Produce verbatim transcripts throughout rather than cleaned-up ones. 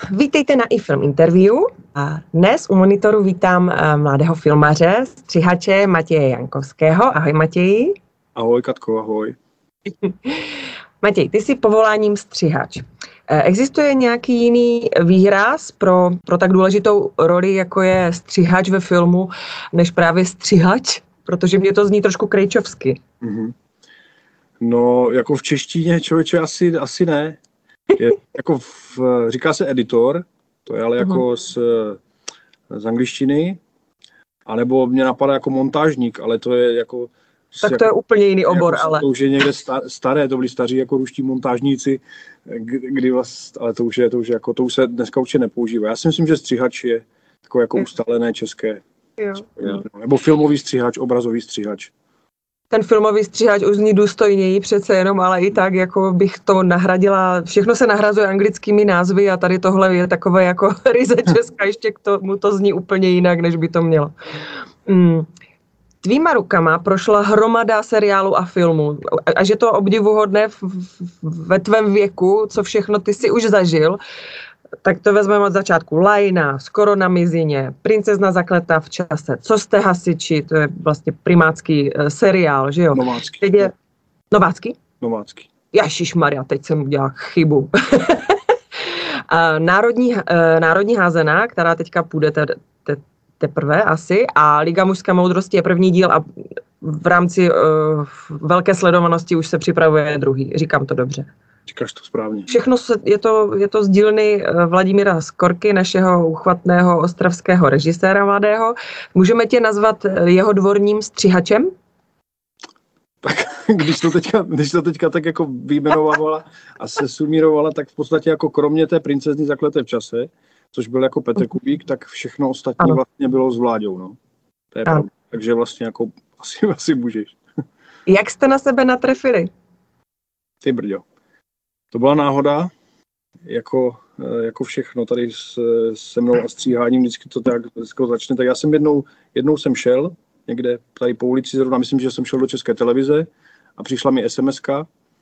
Vítejte na iFilm Interview. A dnes u monitoru vítám mladého filmaře, střihače Matěje Jankovského. Ahoj Matěji. Ahoj Katko, ahoj. Matěj, ty jsi povoláním střihač. Existuje nějaký jiný výraz pro, pro tak důležitou roli, jako je střihač ve filmu, než právě střihač? Protože mě to zní trošku krejčovsky. Mm-hmm. No, jako v češtině, člověče, asi, asi ne. Je, jako v, říká se editor, to je ale mm-hmm. jako z, z angličtiny, anebo mě napadá jako montážník, ale to je jako... Tak to je úplně jiný obor, jako, ale... To už je někde staré, to byli staří jako ruští montážníci, kdy vlastně, ale to už je, to už je jako, to už se dneska určitě nepoužívá. Já si myslím, že střihač je takové jako ustálené české. Jo, jo. Nebo filmový střihač, obrazový střihač. Ten filmový střihač už zní důstojněji přece jenom, ale i tak jako bych to nahradila. Všechno se nahrazuje anglickými názvy a tady tohle je takové jako ryze česká, ještě k tomu to zní úplně jinak, než by to mělo. Mm. Tvýma rukama prošla hromada seriálů a filmů. A že to obdivuhodné v, v, ve tvém věku, co všechno ty si už zažil, tak to vezmeme od začátku. Lajna, Skoro na mizině, Princezna zakletá v čase, Co jste hasiči, to je vlastně primácký uh, seriál, že jo? Novácký. Teď je... Novácký? Novácký. Ježišmarja, teď jsem udělal chybu. Národní, uh, Národní házená, která teďka půjde te, te, teprve asi, a Liga mužské moudrosti je první díl a v rámci uh, velké sledovanosti už se připravuje druhý. Říkám to dobře. Říkáš to správně. Všechno se, je, to, je to z dílny Vladimíra Skorky, našeho uchvatného ostravského režiséra mladého. Můžeme tě nazvat jeho dvorním střihačem? Tak když to teďka, když to teďka tak jako vyjmenovala a se sumírovala, tak v podstatě jako kromě té Princezny zakleté v čase, což byl jako Petr Kubík, tak všechno ostatní ano. vlastně bylo s Vláďou. No. To je pravda. Takže vlastně jako asi, asi můžeš. Jak jste na sebe natrefili? Ty brďo. To byla náhoda, jako, jako všechno tady s, se mnou a stříháním, vždycky to tak začne. Tak já jsem jednou, jednou jsem šel někde tady po ulici, zrovna myslím, že jsem šel do České televize a přišla mi es em eska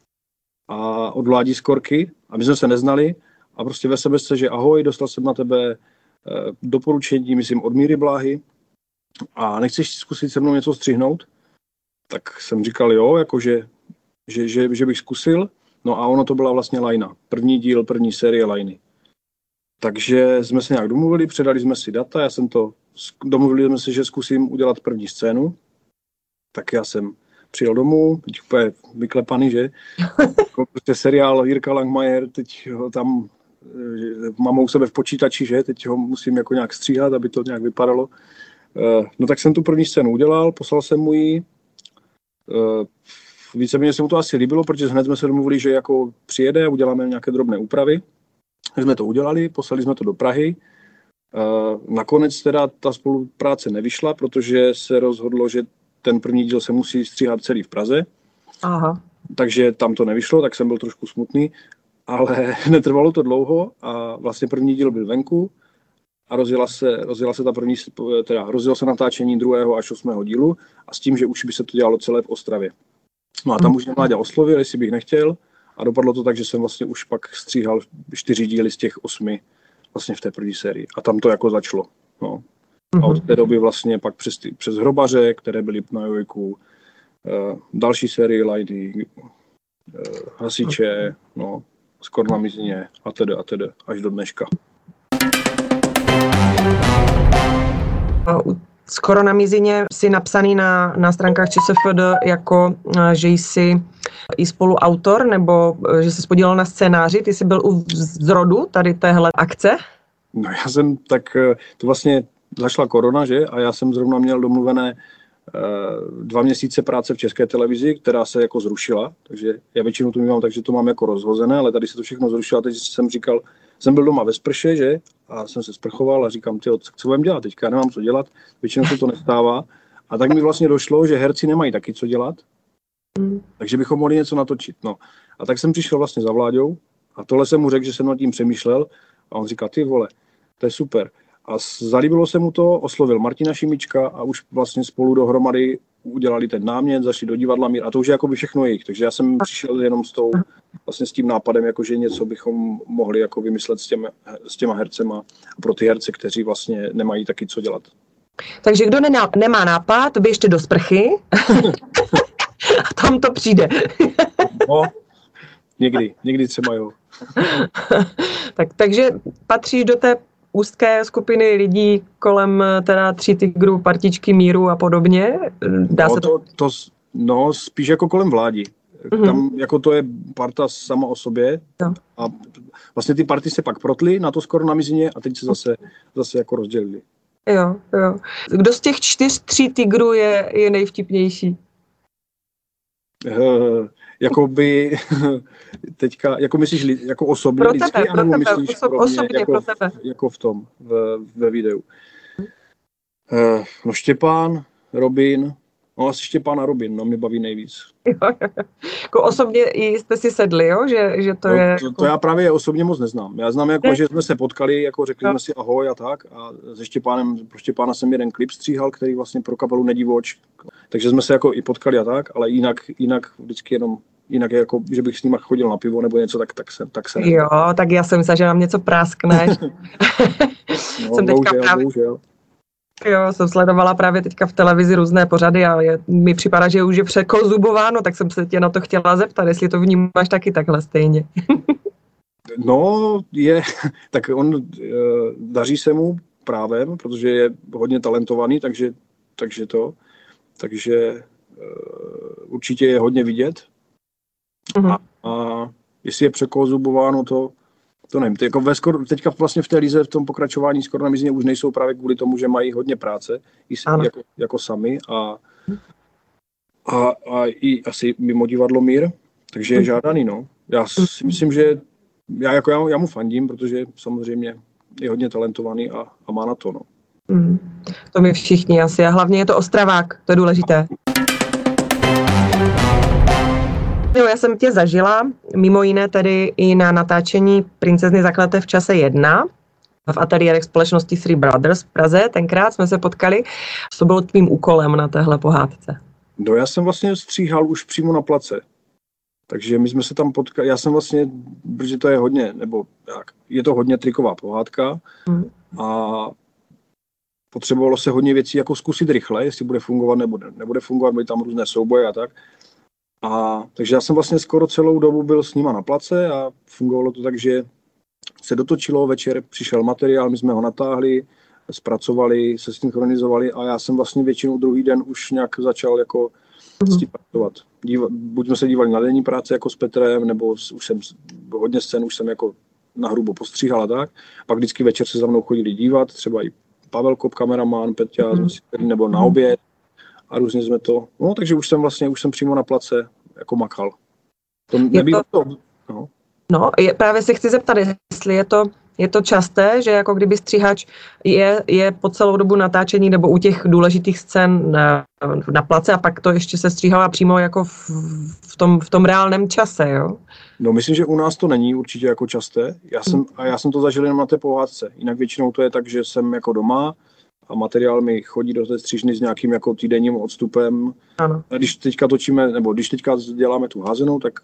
a od Vládi Skorky a my jsme se neznali a prostě ve es em esce, že ahoj, dostal jsem na tebe doporučení, myslím od Míry Bláhy a nechceš zkusit se mnou něco střihnout? Tak jsem říkal jo, jakože, že, že, že bych zkusil. No a ono to byla vlastně Lajna. První díl, první série Lajny. Takže jsme se nějak domluvili, předali jsme si data, já jsem to, domluvili jsme se, že zkusím udělat první scénu. Tak já jsem přijel domů, teď úplně vyklepaný, že? Prostě seriál Jirka Langmajer, teď ho tam mám u sebe v počítači, že? Teď ho musím jako nějak stříhat, aby to nějak vypadalo. No tak jsem tu první scénu udělal, poslal jsem mu ji. Víceméně se mu to asi líbilo, protože hned jsme se domluvili, že jako přijede a uděláme nějaké drobné úpravy. Tak jsme to udělali, poslali jsme to do Prahy. Nakonec teda ta spolupráce nevyšla, protože se rozhodlo, že ten první díl se musí stříhat celý v Praze. Aha. Takže tam to nevyšlo, tak jsem byl trošku smutný, ale netrvalo to dlouho a vlastně první díl byl venku a rozjela se, rozjela se ta první, teda rozjelo se natáčení druhého až osmého dílu a s tím, že už by se to dělalo celé v Ostravě. No a tam už mě Vláďa oslovil, jestli bych nechtěl a dopadlo to tak, že jsem vlastně už pak stříhal čtyři díly z těch osmi vlastně v té první sérii a tam to jako začalo. No. A od té doby vlastně pak přes, ty, přes Hrobaře, které byly na Jojku, uh, další série Lajny, uh, Hasiče, no, Skoro na mizině a tedy a tedy až do dneška. Skoro na mizině jsi napsaný na, na stránkách ČSFD jako, že jsi i spoluautor, nebo že jsi podílel na scénáři. Ty jsi byl u zrodu tady téhle akce? No já jsem tak, to vlastně zašla korona, že? A já jsem zrovna měl domluvené uh, dva měsíce práce v České televizi, která se jako zrušila. Takže já většinou to mám tak, že to mám jako rozhozené, ale tady se to všechno zrušilo. Teď jsem říkal, jsem byl doma ve sprše, že? A jsem se sprchoval a říkám, tyjo, co budem dělat teďka, já nemám co dělat, většinou se to nestává. A tak mi vlastně došlo, že herci nemají taky co dělat, mm. takže bychom mohli něco natočit. No. A tak jsem přišel vlastně za Vláďou a tohle jsem mu řekl, že jsem nad tím přemýšlel a on říká, ty vole, to je super. A zalíbilo se mu to, oslovil Martina Šimička a už vlastně spolu dohromady udělali ten námět, zašli do divadla Mír a to už je jakoby všechno jejich. Takže já jsem přišel jenom s tou, vlastně s tím nápadem, jako že něco bychom mohli jako vymyslet s těma, s těma hercema pro ty herce, kteří vlastně nemají taky co dělat. Takže kdo nená, nemá nápad, by ještě do sprchy a tam to přijde. No, někdy, někdy třeba jo. tak, takže patříš do té úzké skupiny lidí kolem teda Tří tygrů, Partičky míru a podobně? Dá no, se to... to, to... No, spíš jako kolem Vládi. Mm-hmm. Tam jako to je parta sama o sobě no. A vlastně ty party se pak protly na to skoro na mizině a teď se zase, zase jako rozdělili. Jo, jo. Kdo z těch čtyř Tří tygrů je, je nejvtipnější? Uh, jakoby teďka, jako myslíš jako osobně pro lidsky, tebe, anebo pro tebe, myslíš oso, pro mě, osobně jako, pro tebe. Jako v tom, v, ve videu. Uh, no Štěpán, Robin, no asi Štěpán a Robin, no mě baví nejvíc. Jo, jo. Jako osobně jste si sedli, jo? Že, že to no, je... To, to já právě osobně moc neznám. Já znám, jako, ne? že jsme se potkali, jako řekli no. jsme si ahoj a tak a se Štěpánem, pro Štěpána jsem jeden klip stříhal, který vlastně pro kapelu Nedivoč, takže jsme se jako i potkali a tak, ale jinak, jinak vždycky jenom jinak je jako, že bych s nima chodil na pivo nebo něco, tak, tak se, tak se Jo, tak já jsem myslela, že nám něco práskneš. no, jsem teďka bohužel, právě... bohužel. Jo, jsem sledovala právě teďka v televizi různé pořady a je, mi připadá, že už je překonzumováno, tak jsem se tě na to chtěla zeptat, jestli to vnímáš taky takhle stejně. No, je, tak on e, daří se mu právem, protože je hodně talentovaný, takže, takže to, takže e, určitě je hodně vidět. Uh-huh. A, a jestli je překonzumováno, to To nevím, jako ve skoro, teďka vlastně v té lize, v tom pokračování skoro na mizině už nejsou právě kvůli tomu, že mají hodně práce, i jako, jako sami a, a, a i asi mimo divadlo Mír, takže je žádaný, no. Já si myslím, že já, jako já, já mu fandím, protože samozřejmě je hodně talentovaný a, a má na to, no. Mm, to my všichni asi a hlavně je to Ostravák, to je důležité. Jo, já jsem tě zažila, mimo jiné tedy i na natáčení Princezny zakleté v čase jedna v ateliérech společnosti Three Brothers v Praze. Tenkrát jsme se potkali. Co bylo tvým úkolem na téhle pohádce? No já jsem vlastně stříhal už přímo na place. Takže my jsme se tam potkali, já jsem vlastně, protože to je hodně, nebo jak, je to hodně triková pohádka hmm. a potřebovalo se hodně věcí jako zkusit rychle, jestli bude fungovat nebo ne, nebude fungovat, byly tam různé souboje a tak. A takže já jsem vlastně skoro celou dobu byl s nima na place a fungovalo to tak, že se dotočilo, večer přišel materiál, my jsme ho natáhli, zpracovali, se synchronizovali a já jsem vlastně většinou druhý den už nějak začal jako s tím pracovat. Díva, buď jsme se dívali na denní práce jako s Petrem, nebo už jsem hodně scén, už jsem jako nahrubo postříhal a tak. Pak vždycky večer se za mnou chodili dívat, třeba i Pavel Kop, kameraman, Peťa, mm. nebo na oběd. A různě jsme to, no takže už jsem vlastně, už jsem přímo na place jako makal. To nebývá to... to no, no je, právě se chci zeptat, jestli je to, je to časté, že jako kdyby stříhač je, je po celou dobu natáčení nebo u těch důležitých scén na, na place a pak to ještě se stříhává přímo jako v, v, tom, v tom reálném čase, jo? No myslím, že u nás to není určitě jako časté. Já jsem, a já jsem to zažil jenom na té pohádce. Jinak většinou to je tak, že jsem jako doma a materiál mi chodí do té střížny s nějakým jako týdenním odstupem. Ano. A když teďka točíme, nebo když teďka děláme tu házenou, tak,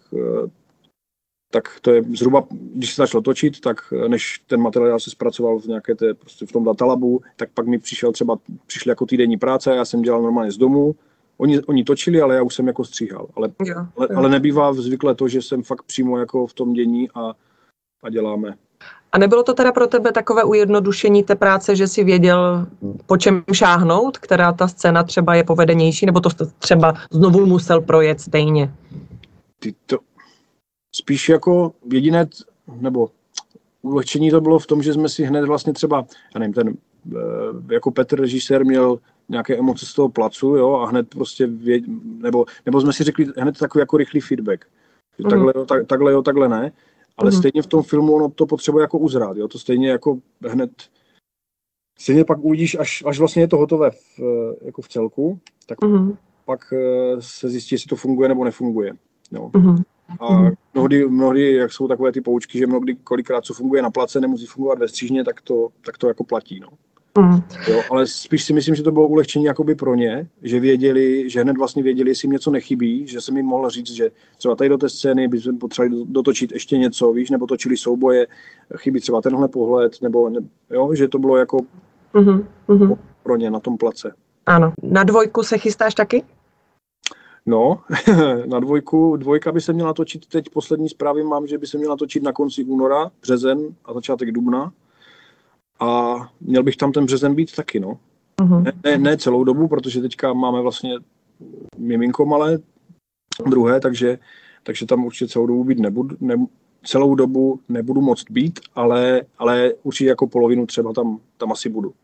tak to je zhruba, když se začalo točit, tak než ten materiál se zpracoval v nějaké té, prostě v tom datalabu, tak pak mi přišel třeba, přišly jako týdenní práce a já jsem dělal normálně z domu. Oni, oni točili, ale já už jsem jako stříhal. Ale, jo, ale, jo. ale nebývá zvykle to, že jsem fakt přímo jako v tom dění a, a děláme. A nebylo to teda pro tebe takové ujednodušení té práce, že jsi věděl, po čem šáhnout, která ta scéna třeba je povedenější, nebo to třeba znovu musel projet stejně? Ty to spíš jako jediné, nebo ulehčení to bylo v tom, že jsme si hned vlastně třeba, já nevím, ten jako Petr režisér měl nějaké emoce z toho placu, jo, a hned prostě, věd, nebo, nebo jsme si řekli hned takový jako rychlý feedback. Mm. Takhle, jo, tak, takhle jo, takhle ne. Ale mm. stejně v tom filmu ono to potřebuje jako uzrát, jo, to stejně jako hned, stejně pak uvidíš, až, až vlastně je to hotové v, jako v celku, tak mm. pak se zjistí, jestli to funguje nebo nefunguje, jo. Mm. A mnohdy, mnohdy, jak jsou takové ty poučky, že mnohdy kolikrát, co funguje na place, nemusí fungovat ve střížně, tak to, tak to jako platí, no. Mm. Jo, ale spíš si myslím, že to bylo ulehčení jakoby pro ně, že věděli, že hned vlastně věděli, jestli jim něco nechybí, že jsem jim mohl říct, že třeba tady do té scény by jsme potřebovali dotočit ještě něco, víš, nebo točili souboje, chybí třeba tenhle pohled, nebo ne, jo, že to bylo jako mm-hmm. pro ně na tom place. Ano. Na dvojku se chystáš taky? No, na dvojku, dvojka by se měla točit teď, poslední zprávy mám, že by se měla točit na konci února, březen a začátek dubna. A měl bych tam ten březen být taky, no. Uh-huh. Ne, ne, ne celou dobu, protože teďka máme vlastně miminko malé, druhé, takže, takže tam určitě celou dobu být nebudu, ne, celou dobu nebudu moct být, ale, ale určitě jako polovinu třeba tam, tam asi budu.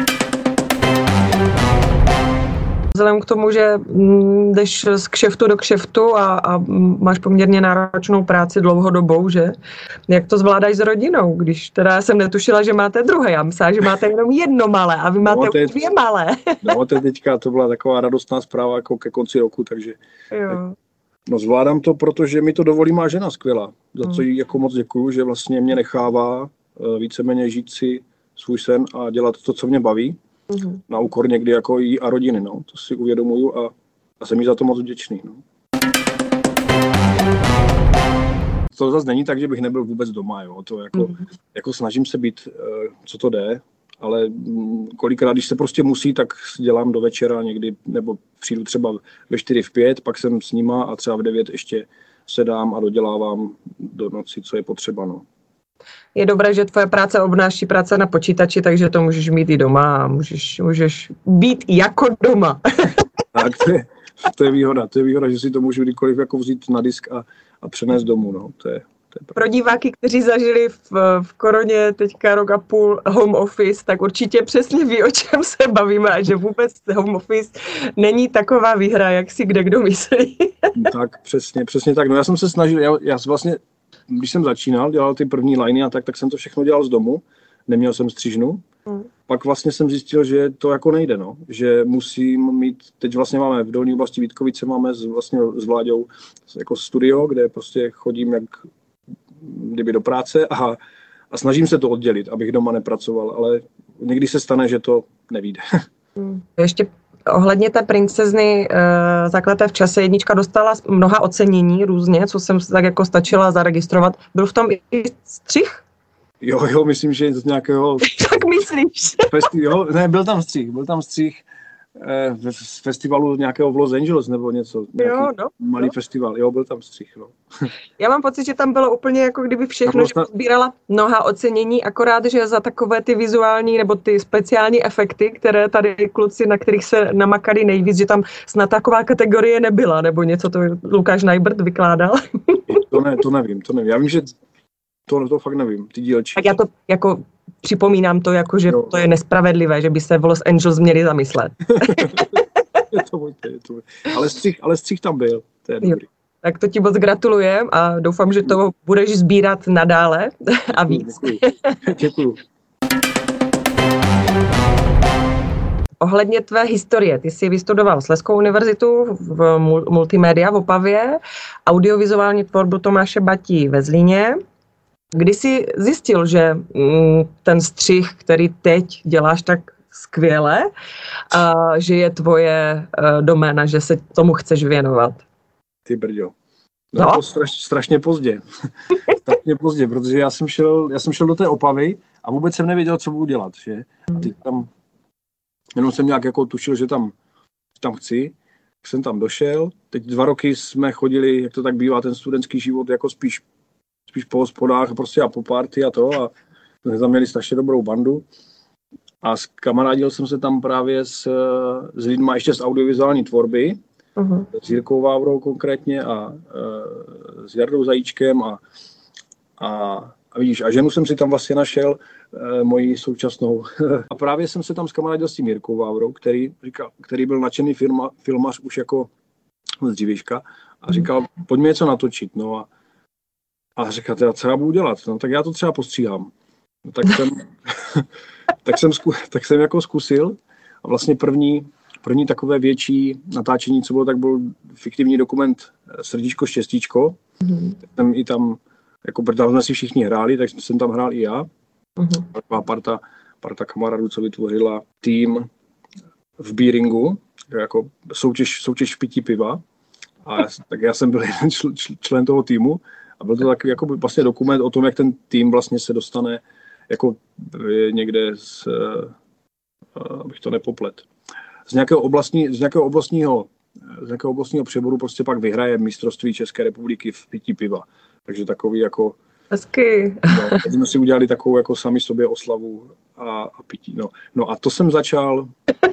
Vzhledem k tomu, že jdeš z kšeftu do kšeftu a, a máš poměrně náročnou práci dlouhodobou, že? Jak to zvládáš s rodinou, když teda já jsem netušila, že máte druhé, já myslela, že máte jenom jedno malé a vy máte no, teď, dvě malé. No to teďka to byla taková radostná zpráva jako ke konci roku, takže jo. No zvládám to, protože mi to dovolí má žena skvělá, za co jí jako moc děkuju, že vlastně mě nechává víceméně žít si svůj sen a dělat to, co mě baví. Uhum. Na úkor někdy jako jí a rodiny, no. To si uvědomuju a, a jsem jí za to moc vděčný, no. To zase není tak, že bych nebyl vůbec doma, jo. To jako, uhum. jako snažím se být, co to jde, ale kolikrát, když se prostě musí, tak dělám do večera někdy, nebo přijdu třeba ve čtyři v pět, pak jsem s nima a třeba v devět ještě sedám a dodělávám do noci, co je potřeba, no. Je dobré, že tvoje práce obnáší práce na počítači, takže to můžeš mít i doma a můžeš, můžeš být jako doma. Tak to je, to je výhoda, to je výhoda, že si to můžu kdykoliv jako vzít na disk a, a přenést domů, no, to je, to je pro diváky, kteří zažili v, v koroně teďka rok a půl home office, tak určitě přesně ví, o čem se bavíme a že vůbec home office není taková výhra, jak si kde kdo myslí. Tak, přesně, přesně tak. No já jsem se snažil, já, já vlastně když jsem začínal, dělal ty první liney a tak, tak jsem to všechno dělal z domu, neměl jsem střižnu. Hmm. Pak vlastně jsem zjistil, že to jako nejde, no. Že musím mít, teď vlastně máme v dolní oblasti Vítkovice, máme s, vlastně s Vláďou jako studio, kde prostě chodím jak kdyby do práce a, a snažím se to oddělit, abych doma nepracoval, ale někdy se stane, že to nevyjde. Hmm. Ještě ohledně té princezny e, Zakleté v čase, jednička dostala mnoha ocenění různě, co jsem tak jako stačila zaregistrovat. Byl v tom i střih? Jo, jo, myslím, že z nějakého... Tak myslíš? Festi- jo, ne, byl tam střih, byl tam střih eh, z festivalu nějakého v Los Angeles nebo něco. Jo, no. Malý no. festival, jo, byl tam střih, no. Já mám pocit, že tam bylo úplně jako kdyby všechno, že sbírala mnoha ocenění, akorát, že za takové ty vizuální nebo ty speciální efekty, které tady kluci, na kterých se namakali nejvíc, že tam snad taková kategorie nebyla, nebo něco to Lukáš Najbrt vykládal. To ne, to nevím, to nevím. Já vím, že to, to fakt nevím, ty dílčí. Tak já to jako připomínám to, jako, že jo. To je nespravedlivé, že by se v Los Angeles měli zamyslet. je to můj, je to můj. Ale střih, ale střih tam byl, to je dobrý. Tak to ti moc gratulujem a doufám, že to budeš sbírat nadále a víc. Děkuju. Děkuju. Ohledně tvé historie, ty jsi vystudoval Slezskou univerzitu v multimédia v Opavě, audiovizuální tvorbu Tomáše Batí ve Zlíně. Kdy jsi zjistil, že mm, ten střih, který teď děláš tak skvěle, a že je tvoje uh, doména, že se tomu chceš věnovat? Ty brďo. No, no? To straš, strašně pozdě. strašně pozdě, protože já jsem, šel, já jsem šel do té Opavy a vůbec jsem nevěděl, co budu dělat, že? A teď tam, jenom jsem nějak jako tušil, že tam, tam chci. Jsem tam došel. Teď dva roky jsme chodili, jak to tak bývá, ten studentský život, jako spíš spíš po hospodách prostě a po party a to a jsme tam měli strašně dobrou bandu a kamarádil jsem se tam právě s, s lidma ještě z audiovizuální tvorby, uh-huh. s Jirkou Vávrou konkrétně a e, s Jardou Zajíčkem a, a, a vidíš, a ženu jsem si tam vlastně našel, e, moji současnou a právě jsem se tam skamarádil s tím Jirkou Vávrou, který, říkal, který byl nadšený firma, filmař už jako z dřívějška a říkal, pojďme něco natočit, no a A říká, teda, co já budu dělat? No, tak já to třeba postříhám. No, tak, jsem, tak, jsem zku, tak jsem jako zkusil a vlastně první, první takové větší natáčení, co bylo, tak byl fiktivní dokument Srdíčko, štěstíčko. Mm-hmm. Jsem i tam, jako protože jsme si všichni hráli, tak jsem tam hrál i já. Mm-hmm. Taková parta, parta kamarádů, co vytvořila tým v beeringu, jako soutěž, soutěž v pití piva. A já, tak já jsem byl jeden čl, čl, člen toho týmu a byl to takový jako vlastně dokument o tom, jak ten tým vlastně se dostane jako někde z, abych to nepoplet, z nějakého oblastní, z nějakého oblastního z nějakého oblastního přeboru prostě pak vyhraje mistrovství České republiky v pití piva. Takže takový jako hezky. No, tak jsme si udělali takovou jako sami sobě oslavu a, a pití. No. no a to jsem začal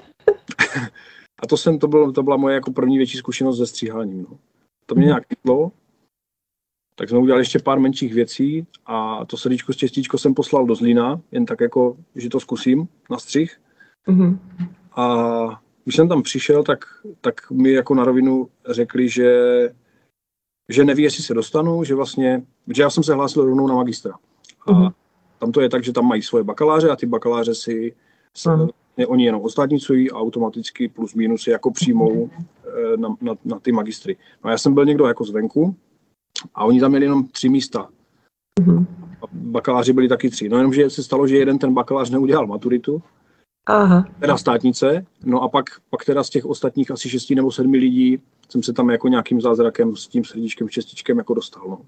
a to jsem, to, byl, to byla moje jako první větší zkušenost se stříháním. No. To mě nějak chytlo, tak jsme udělali ještě pár menších věcí a to srdíčko s těstíčko jsem poslal do Zlína, jen tak jako, že to zkusím na střih. Mm-hmm. A když jsem tam přišel, tak, tak mi jako na rovinu řekli, že, že neví, jestli se dostanu, že vlastně, že já jsem se hlásil rovnou na magistra. A mm-hmm. tam to je tak, že tam mají svoje bakaláře a ty bakaláře si, se, mm-hmm. oni jenom ostatnicují a automaticky plus minus jako přijmou na, na, na ty magistry. No a já jsem byl někdo jako zvenku a oni tam měli jenom tři místa. Mm-hmm. A bakaláři byli taky tři. No jenom, že se stalo, že jeden ten bakalář neudělal maturitu, Aha. teda státnice, no a pak, pak teda z těch ostatních asi šesti nebo sedmi lidí jsem se tam jako nějakým zázrakem s tím srdíčkem, šestičkem jako dostal. No.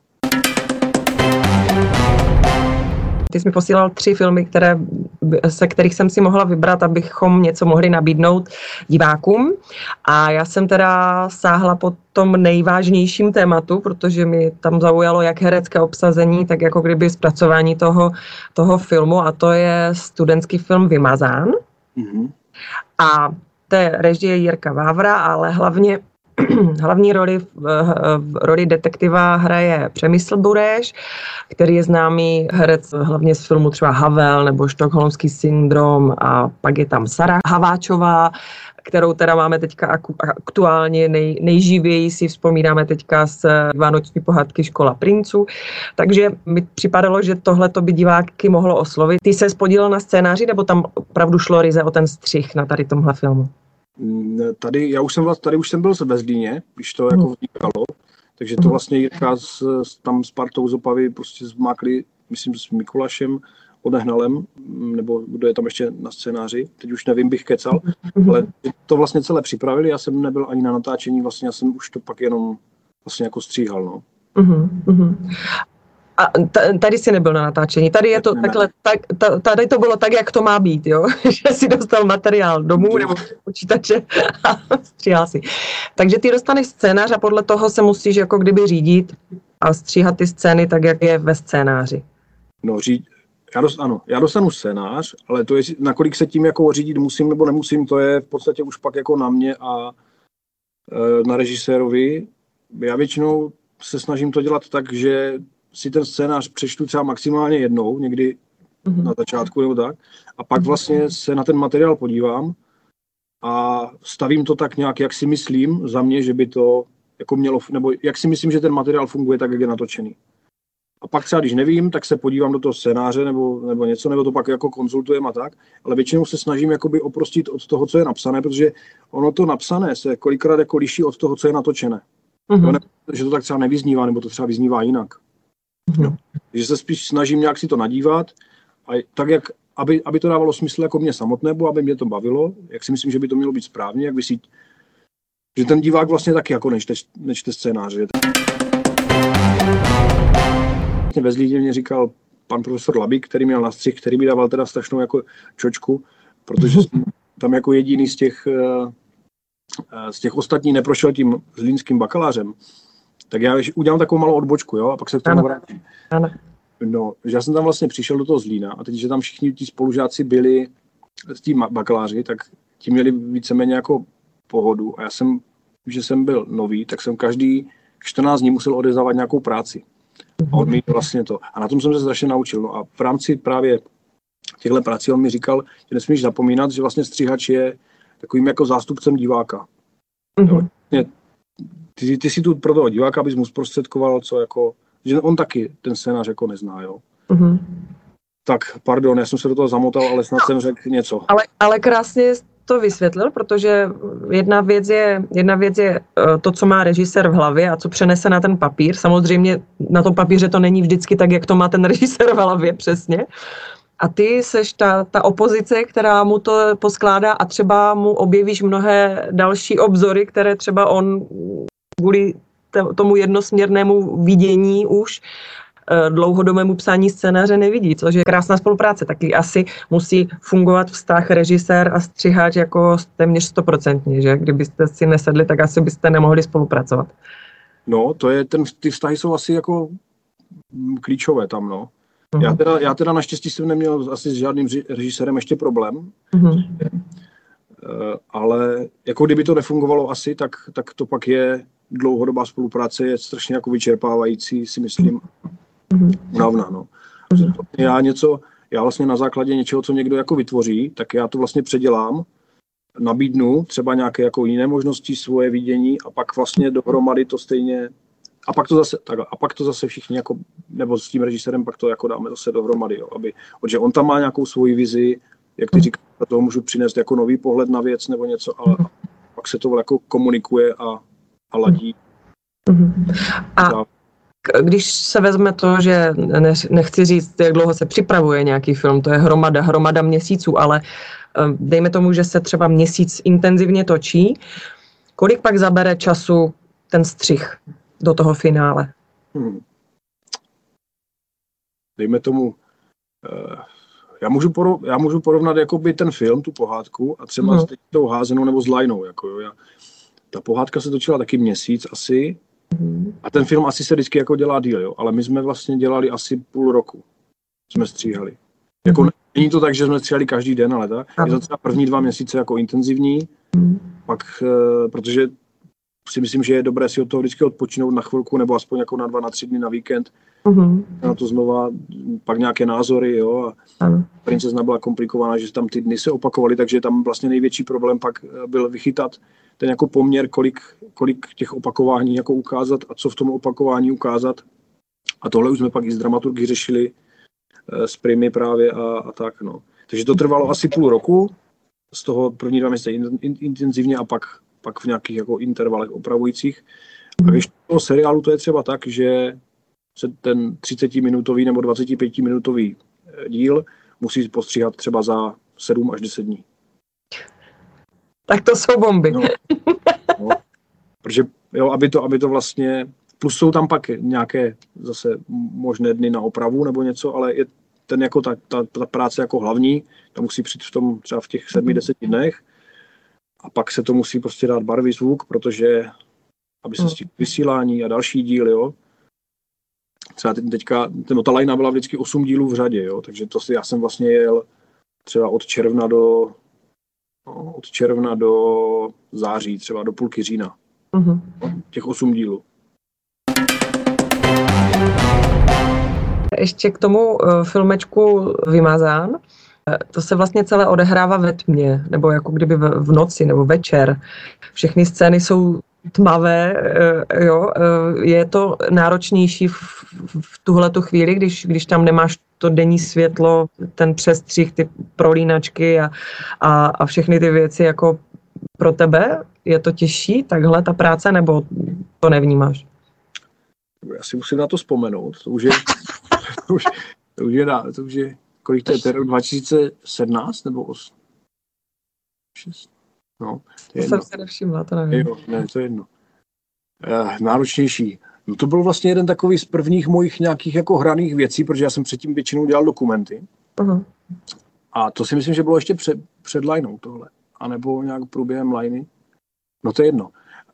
Ty jsi mi posílal tři filmy, které, se kterých jsem si mohla vybrat, abychom něco mohli nabídnout divákům. A já jsem teda sáhla po tom nejvážnějším tématu, protože mi tam zaujalo jak herecké obsazení, tak jako kdyby zpracování toho, toho filmu, a to je studentský film Vymazán. Mm-hmm. A to je režie Jirka Vávra, ale hlavně hlavní roli v, v roli detektiva hraje Přemysl Bureš, který je známý herec hlavně z filmu třeba Havel nebo Stockholmský syndrom, a pak je tam Sara Haváčová, kterou teda máme teďka aktuálně nej, nejživěji si vzpomínáme teďka z vánoční pohádky Škola princů. Takže mi připadalo, že tohle to by diváky mohlo oslovit. Ty se podílel na scénáři, nebo tam opravdu šlo ryze o ten střih na tady tomhle filmu? Tady, já už jsem, tady už jsem byl ve Zlíně, když to jako vznikalo, takže to vlastně Jirka s, tam s partou z Opavy prostě zmákli, myslím, s Mikulašem Odehnalem, nebo kdo je tam ještě na scénáři, teď už nevím, bych kecal, ale to vlastně celé připravili, já jsem nebyl ani na natáčení, vlastně já jsem už to pak jenom vlastně jako stříhal, no. Uh-huh. A tady jsi nebyl na natáčení, tady je to ne, takhle, tak, tady to bylo tak, jak to má být, jo? Že jsi dostal materiál domů nebo počítače a stříhal si. Takže ty dostaneš scénář a podle toho se musíš jako kdyby řídit a stříhat ty scény tak, jak je ve scénáři. No, říd, já dost, ano, já dostanu scénář, ale to je, nakolik se tím jako řídit musím nebo nemusím, to je v podstatě už pak jako na mě a e, na režisérovi. Já většinou se snažím to dělat tak, že si ten scénář přečtu třeba maximálně jednou, někdy mm-hmm. na začátku nebo tak, a pak vlastně se na ten materiál podívám a stavím to tak nějak, jak si myslím za mě, že by to jako mělo, nebo jak si myslím, že ten materiál funguje tak, jak je natočený. A pak třeba, když nevím, tak se podívám do toho scénáře nebo, nebo něco, nebo to pak jako konzultujeme a tak, ale většinou se snažím jakoby oprostit od toho, co je napsané, protože ono to napsané se kolikrát jako liší od toho, co je natočené. Mm-hmm. Ne, že to tak třeba nevyznívá, nebo to třeba vyznívá jinak. No. Takže se spíš snažím nějak si to nadívat a tak, jak, aby, aby to dávalo smysl jako mě samotné, nebo aby mě to bavilo, jak si myslím, že by to mělo být správně, jak by si, že ten divák vlastně taky jako nečte, nečte scénáře. Ve Zlíně mě říkal pan profesor Labík, který měl na střih, který mi dával teda strašnou jako čočku, protože tam jako jediný z těch, z těch ostatních neprošel tím zlínským bakalářem. Tak já udělám takovou malou odbočku, jo, a pak se k tomu vrátím. No, že já jsem tam vlastně přišel do toho Zlína a teď, že tam všichni ti spolužáci byli s tím bakaláři, tak ti měli víceméně jako pohodu. A já jsem, že jsem byl nový, tak jsem každý čtrnáct dní musel odezdávat nějakou práci. A on mi vlastně to. A na tom jsem se strašně naučil. No a v rámci právě těchto prací on mi říkal, že nesmíš zapomínat, že vlastně stříhač je takovým jako zástupcem diváka. Mm-hmm. Jo, Ty, ty si tu pro toho diváka, abys mu zprostředkoval, co jako, že on taky ten scénář jako nezná, jo. Mm-hmm. Tak, pardon, já jsem se do toho zamotal, ale snad jsem řekl něco. Ale, ale krásně to vysvětlil, protože jedna věc je, jedna věc je to, co má režisér v hlavě a co přenese na ten papír. Samozřejmě na tom papíře to není vždycky tak, jak to má ten režisér v hlavě, přesně. A ty seš ta, ta opozice, která mu to poskládá a třeba mu objevíš mnohé další obzory, které třeba on kvůli tomu jednosměrnému vidění už dlouhodobému psání scénáře nevidí, což je krásná spolupráce. Taky asi musí fungovat vztah režisér a střihač jako téměř stoprocentně, že? Kdybyste si nesedli, tak asi byste nemohli spolupracovat. No, to je, ten, ty vztahy jsou asi jako klíčové tam, no. Uh-huh. Já, teda, já teda naštěstí jsem neměl asi s žádným režisérem ještě problém, uh-huh. ale jako kdyby to nefungovalo asi, tak, tak to pak je dlouhodobá spolupráce, je strašně jako vyčerpávající, si myslím, únavná, no. Uh-huh. Já něco, já vlastně na základě něčeho, co někdo jako vytvoří, tak já to vlastně předělám, nabídnu třeba nějaké jako jiné možnosti, svoje vidění a pak vlastně dohromady to stejně a pak to zase tak, a pak to zase všichni jako nebo s tím režisérem pak to jako dáme zase dohromady, jo, aby, protože on tam má nějakou svoji vizi, jak ty říkáš, toho můžu přinést jako nový pohled na věc nebo něco, ale pak se to jako komunikuje a, a ladí. A když se vezme to, že nechci říct, jak dlouho se připravuje nějaký film, to je hromada, hromada měsíců, ale dejme tomu, že se třeba měsíc intenzivně točí, kolik pak zabere času ten střih do toho finále? Hmm. Dejme tomu, uh, já, můžu porov, já můžu porovnat jakoby ten film, tu pohádku a třeba hmm. s tou házenou nebo s lajnou. Jako, jo. Já, ta pohádka se točila taky měsíc asi hmm. a ten film asi se vždycky jako dělá díl, jo, ale my jsme vlastně dělali asi půl roku, jsme stříhali. Jako hmm. Není to tak, že jsme stříhali každý den, ale tak. Je to třeba první dva měsíce jako intenzivní, hmm. pak, uh, protože si myslím, že je dobré si od toho vždycky odpočinout na chvilku, nebo aspoň jako na dva, na tři dny na víkend. Uh-huh. Na to znova, pak nějaké názory, jo. A uh-huh. Princezna byla komplikovaná, že tam ty dny se opakovaly, takže tam vlastně největší problém pak byl vychytat ten jako poměr, kolik, kolik těch opakování jako ukázat a co v tom opakování ukázat. A tohle už jsme pak i s dramaturgy řešili s primy právě a, a tak, no. Takže to trvalo asi půl roku, z toho první dva měsíce in, in, intenzivně a pak pak v nějakých jako intervalech opravujících. A když toho seriálu to je třeba tak, že se ten třicetiminutový nebo dvacetipětiminutový díl musí postříhat třeba za sedm až deset dní. Tak to jsou bomby. No, no, protože jo, aby to, aby to vlastně, plus jsou tam pak nějaké zase možné dny na opravu nebo něco, ale je ten jako ta, ta, ta práce jako hlavní, ta musí přijít v tom třeba v těch sedmi, deseti dnech. A pak se to musí prostě dát barvy, zvuk, protože aby se stihlo vysílání a další díly, jo. Třeba teďka, ten ta lajna byla vždycky osm dílů v řadě, jo, takže to si, já jsem vlastně jel třeba od června do no, od června do září, třeba do půlky října. Uh-huh. Těch osm dílů. Ještě k tomu uh, filmečku Vymazán. To se vlastně celé odehrává ve tmě, nebo jako kdyby v noci, nebo večer. Všechny scény jsou tmavé, jo. Je to náročnější v, v tuhletu chvíli, když, když tam nemáš to denní světlo, ten přestřih, ty prolínačky a, a, a všechny ty věci jako pro tebe? Je to těžší takhle ta práce, nebo to nevnímáš? Já si musím na to vzpomenout. To už je, to už, to už je, to už je kolik to je, to je rok dva tisíce sedmnáct nebo osm? šest? No, to je jsem se nevšimla, to nevím. Jo, ne, to je jedno. E, náročnější. No to byl vlastně jeden takový z prvních mojich nějakých jako hraných věcí, protože já jsem předtím většinou dělal dokumenty. Uh-huh. A to si myslím, že bylo ještě před, před lajnou tohle. A nebo nějak průběhem lajny. No to je jedno.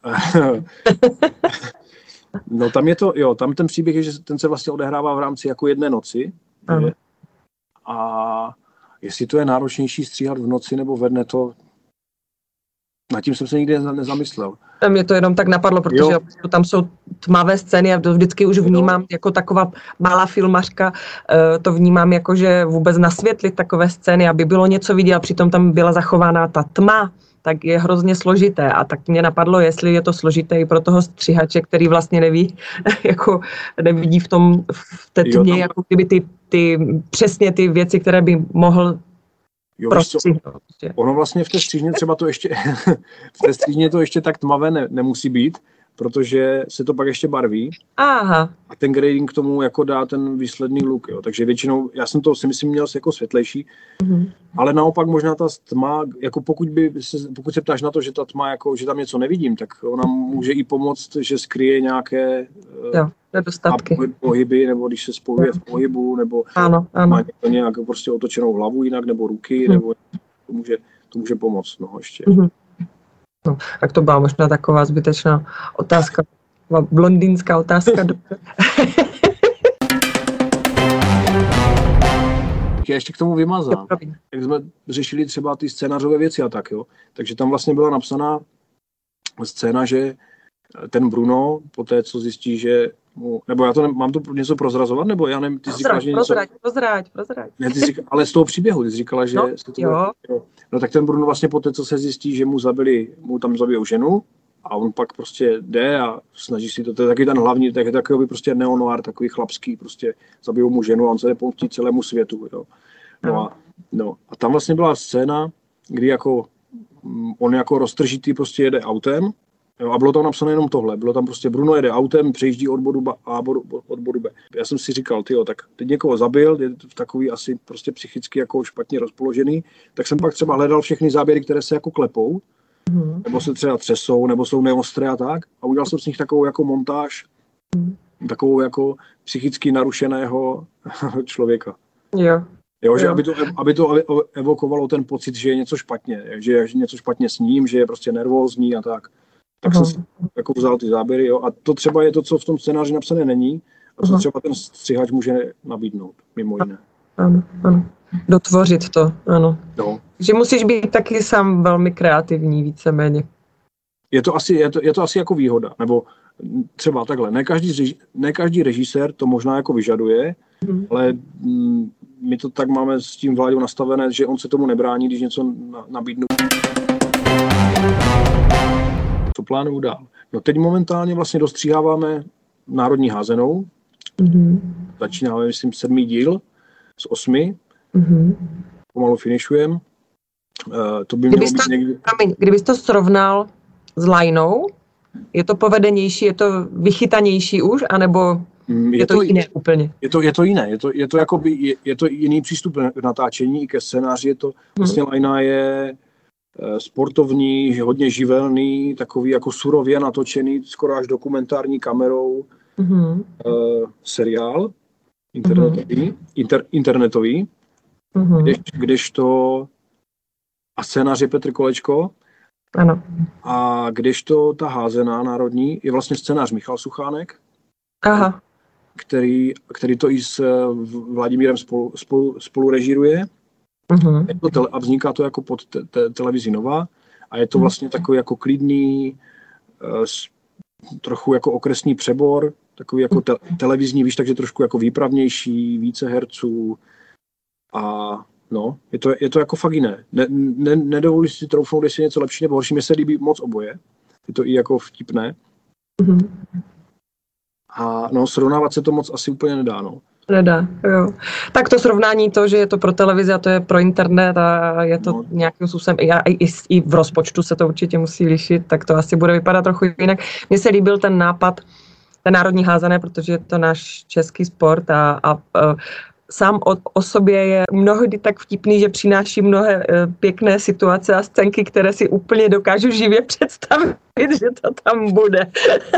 No tam je to, jo, tam ten příběh je, že ten se vlastně odehrává v rámci jako jedné noci. Uh-huh. A jestli to je náročnější stříhat v noci nebo ve dne, to nad tím jsem se nikdy nezamyslel. Mě to jenom tak napadlo, protože jo. Tam jsou tmavé scény a to vždycky už vnímám jo. Jako taková malá filmařka, to vnímám jako, že vůbec nasvětlit takové scény, aby bylo něco vidět a přitom tam byla zachována ta tma, tak je hrozně složité. A tak mě napadlo, jestli je to složité i pro toho střihače, který vlastně neví, jako nevidí v tom, v té tmě, tam... jako kdyby ty, ty, přesně ty věci, které by mohl jo, ono vlastně v té střížně třeba to ještě, v té střížně to ještě tak tmavé ne, nemusí být, protože se to pak ještě barví. Aha. A ten grading k tomu jako dá ten výsledný look, jo. Takže většinou, já jsem to si myslím měl jako světlejší, mm-hmm. ale naopak možná ta tma, jako pokud, by se, pokud se ptáš na to, že ta tma, jako, že tam něco nevidím, tak ona může i pomoct, že skryje nějaké jo, nedostatky. Pohyby, nebo když se spojuje v pohybu, nebo ano, ano. má nějak prostě otočenou hlavu jinak, nebo ruky, mm. nebo to může, to může pomoct mnoho ještě. Mm-hmm. No, tak to byla možná taková zbytečná otázka, blondýnská otázka. Já ještě k tomu vymazám. Jak jsme řešili třeba ty scénářové věci a tak, jo. Takže tam vlastně byla napsaná scéna, že ten Bruno, po té, co zjistí, že mu, nebo já to ne, mám to něco prozrazovat, nebo já nevím, ty jsi říkala, že něco... Prozrať, prozrať, prozrať. Ne, ty jsi říkala, ale z toho příběhu, ty jsi říkala, že... No, se to jo. jo. No tak ten Bruno vlastně po té, co se zjistí, že mu zabili, mu tam zabijou ženu, a on pak prostě jde a snaží si to, to je taky ten hlavní, tak je takový prostě neonoir, takový chlapský, prostě zabijou mu ženu a on se jde pomstit celému světu, jo. No a, no a tam vlastně byla scéna, kdy jako on jako roztržitý prostě jede autem, jo, a bylo tam napsané jenom tohle, bylo tam prostě Bruno jede autem, přejíždí od bodu A od bodu B. Já jsem si říkal, tyjo, tak teď někoho zabil, je takový asi prostě psychicky jako špatně rozpoložený, tak jsem pak třeba hledal všechny záběry, které se jako klepou, mm. nebo se třeba třesou, nebo jsou neostré a tak, a udělal jsem z nich takovou jako montáž, mm. takovou jako psychicky narušeného člověka. Jo. Jo, že aby to, aby to evokovalo ten pocit, že je něco špatně, že je něco špatně s ním, že je prostě nervózní a tak. Tak uh-huh. jsem jako vzal ty záběry, jo. A to třeba je to, co v tom scénáři napsané není, a co uh-huh. třeba ten střihač může nabídnout, mimo jiné. Ano, ano. Dotvořit to, ano. No. Že musíš být taky sám velmi kreativní, víceméně. Je to asi, je to, je to asi jako výhoda, nebo třeba takhle, ne každý, ne každý režisér to možná jako vyžaduje, hmm. ale mm, my to tak máme s tím Vláďou nastavené, že on se tomu nebrání, když něco na, nabídnu. Co plánuju dál? No teď momentálně vlastně dostříháváme Národní házenou. Hmm. Začínáme, myslím, sedmý díl z osmi. Hmm. Pomalu finišujeme. Uh, to by mělo být někdy... Promiň, kdybys to srovnal s Lajnou, je to povedenější, je to vychytanější už, anebo je, je to, to jiné úplně? Je to, je to jiné, je to, je to, jakoby, je, je to jiný přístup k natáčení i ke scénáři. Je to, hmm. vlastně Lajna je sportovní, hodně živelný, takový jako surově natočený, skoro až dokumentární kamerou hmm. uh, seriál internetový, hmm. inter, internetový hmm. když, když to a scénář je Petr Kolečko. Ano. A kdežto ta házená národní je vlastně scénář Michal Suchánek, Aha. Který, který to i s Vladimírem spolu, spolu, spolu režíruje. Uh-huh. Je to tele, a vzniká to jako pod te, te, televizí Nova a je to vlastně takový jako klidný, s, trochu jako okresní přebor, takový jako te, televizní, víš, takže trošku jako výpravnější, více herců a no, je to, je to jako fakt jiné. Ne, ne, nedovolí si troufnout, jestli něco lepší nebo horší. Mně se líbí moc oboje. Je to i jako vtipné. Mm-hmm. A no, srovnávat se to moc asi úplně nedá, no. Nedá, jo. Tak to srovnání to, že je to pro televizi a to je pro internet a je to no. nějakým způsobem, i, i, i v rozpočtu se to určitě musí lišit, tak to asi bude vypadat trochu jinak. Mně se líbil ten nápad, ten národní házené, protože je to náš český sport a, a, a sám o, o sobě je mnohdy tak vtipný, že přináší mnohé e, pěkné situace a scénky, které si úplně dokážu živě představit, že to tam bude.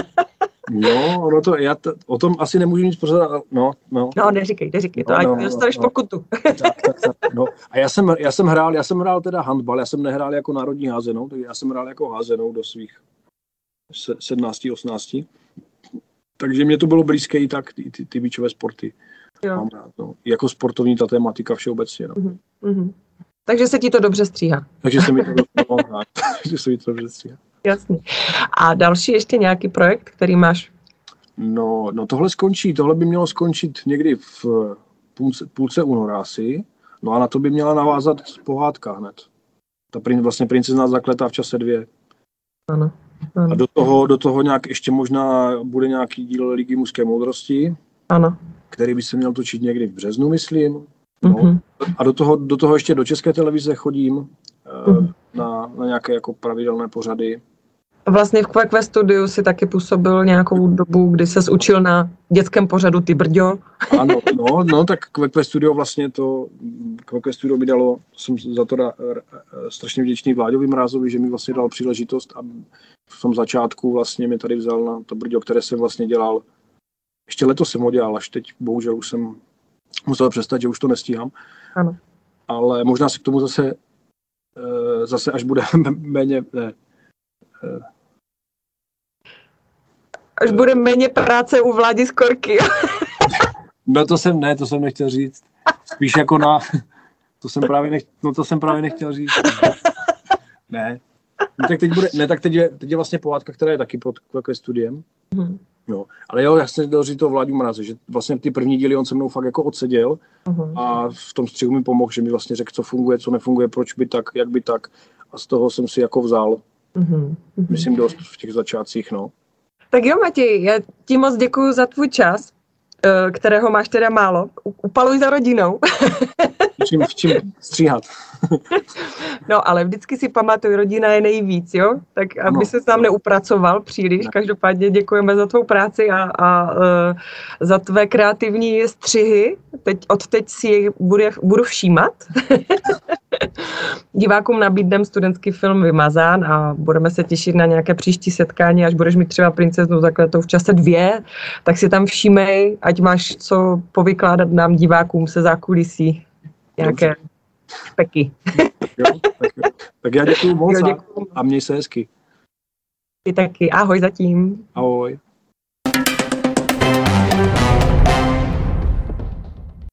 No, no to, já to, o tom asi nemůžu nic pořádat, no, no. No, neříkej, neříkej to, no, ať no, dostaneš no, pokutu. Tak, tak, tak, no. A já jsem, já jsem hrál, já jsem hrál teda handbal, já jsem nehrál jako národní házenou, takže já jsem hrál jako házenou do svých sedmnácti, osmnácti. Takže mě to bylo blízké i tak, ty, ty, ty bičové sporty. Mám rád, no. Jako sportovní ta tematika všeobecně, no. Mm-hmm. Takže se ti to dobře stříhá. Takže se mi to dobře, Takže se mi to dobře stříhá. Jasně. A další ještě nějaký projekt, který máš? No, no tohle skončí, tohle by mělo skončit někdy v půlce, půlce února asi, no a na to by měla navázat pohádka hned. Ta prin, vlastně princezna zakletá v čase dvě. Ano. ano. A do toho, do toho nějak ještě možná bude nějaký díl Ligy mužské moudrosti. Ano. Který by se měl točit někdy v březnu, myslím. No. Mm-hmm. A do toho, do toho ještě do České televize chodím mm-hmm. na, na nějaké jako pravidelné pořady. Vlastně v Kvekve studiu si taky působil nějakou dobu, kdy ses učil na dětském pořadu Ty brďo. Ano, no, no tak Kvekve studio vlastně to, Kvekve studio mi dalo, jsem za to da, strašně vděčný Vláďovi Mrázovi, že mi vlastně dal příležitost a v tom začátku vlastně mě tady vzal na to brďo, které jsem vlastně dělal. Ještě letos jsem ho dělal, až teď bohužel už jsem musel přestat, že už to nestíhám. Ano. Ale možná si k tomu zase, zase až bude méně, ne, Až bude méně práce u Vládi Skorky. No to jsem, ne, to jsem nechtěl říct. Spíš jako na, to jsem právě, nech, no to jsem právě nechtěl říct. Ne. No, tak teď bude, ne, tak teď je, teď je vlastně pohádka, která je taky pod Kvekve studiem. Mm. No, ale jo, já jsem chtěl říct to Vláďu Mraze, že vlastně ty první díly on se mnou fakt jako odseděl mm. a v tom střihu mi pomohl, že mi vlastně řekl, co funguje, co nefunguje, proč by tak, jak by tak. A z toho jsem si jako vzal, mm. myslím, dost v těch začátcích, no. Tak jo, Matěj, já ti moc děkuju za tvůj čas, kterého máš teda málo. Upaluj za rodinou. V čím, v čím stříhat. No, ale vždycky si pamatuj, rodina je nejvíc, jo? Tak aby ano. se sám neupracoval příliš. Ne. Každopádně děkujeme za tvou práci a, a uh, za tvé kreativní střihy. Teď, od teď si je bude, budu všímat. Divákům nabídnem studentský film Vymazán a budeme se těšit na nějaké příští setkání, až budeš mít třeba Princeznu zakletou v čase dvě, tak si tam všímej, ať máš co povykládat nám divákům se zákulisí. Nějaké špeky. Jo, tak, jo. Tak já děkuju moc jo, děkuju. A měj se hezky. Ty taky. Ahoj zatím. Ahoj.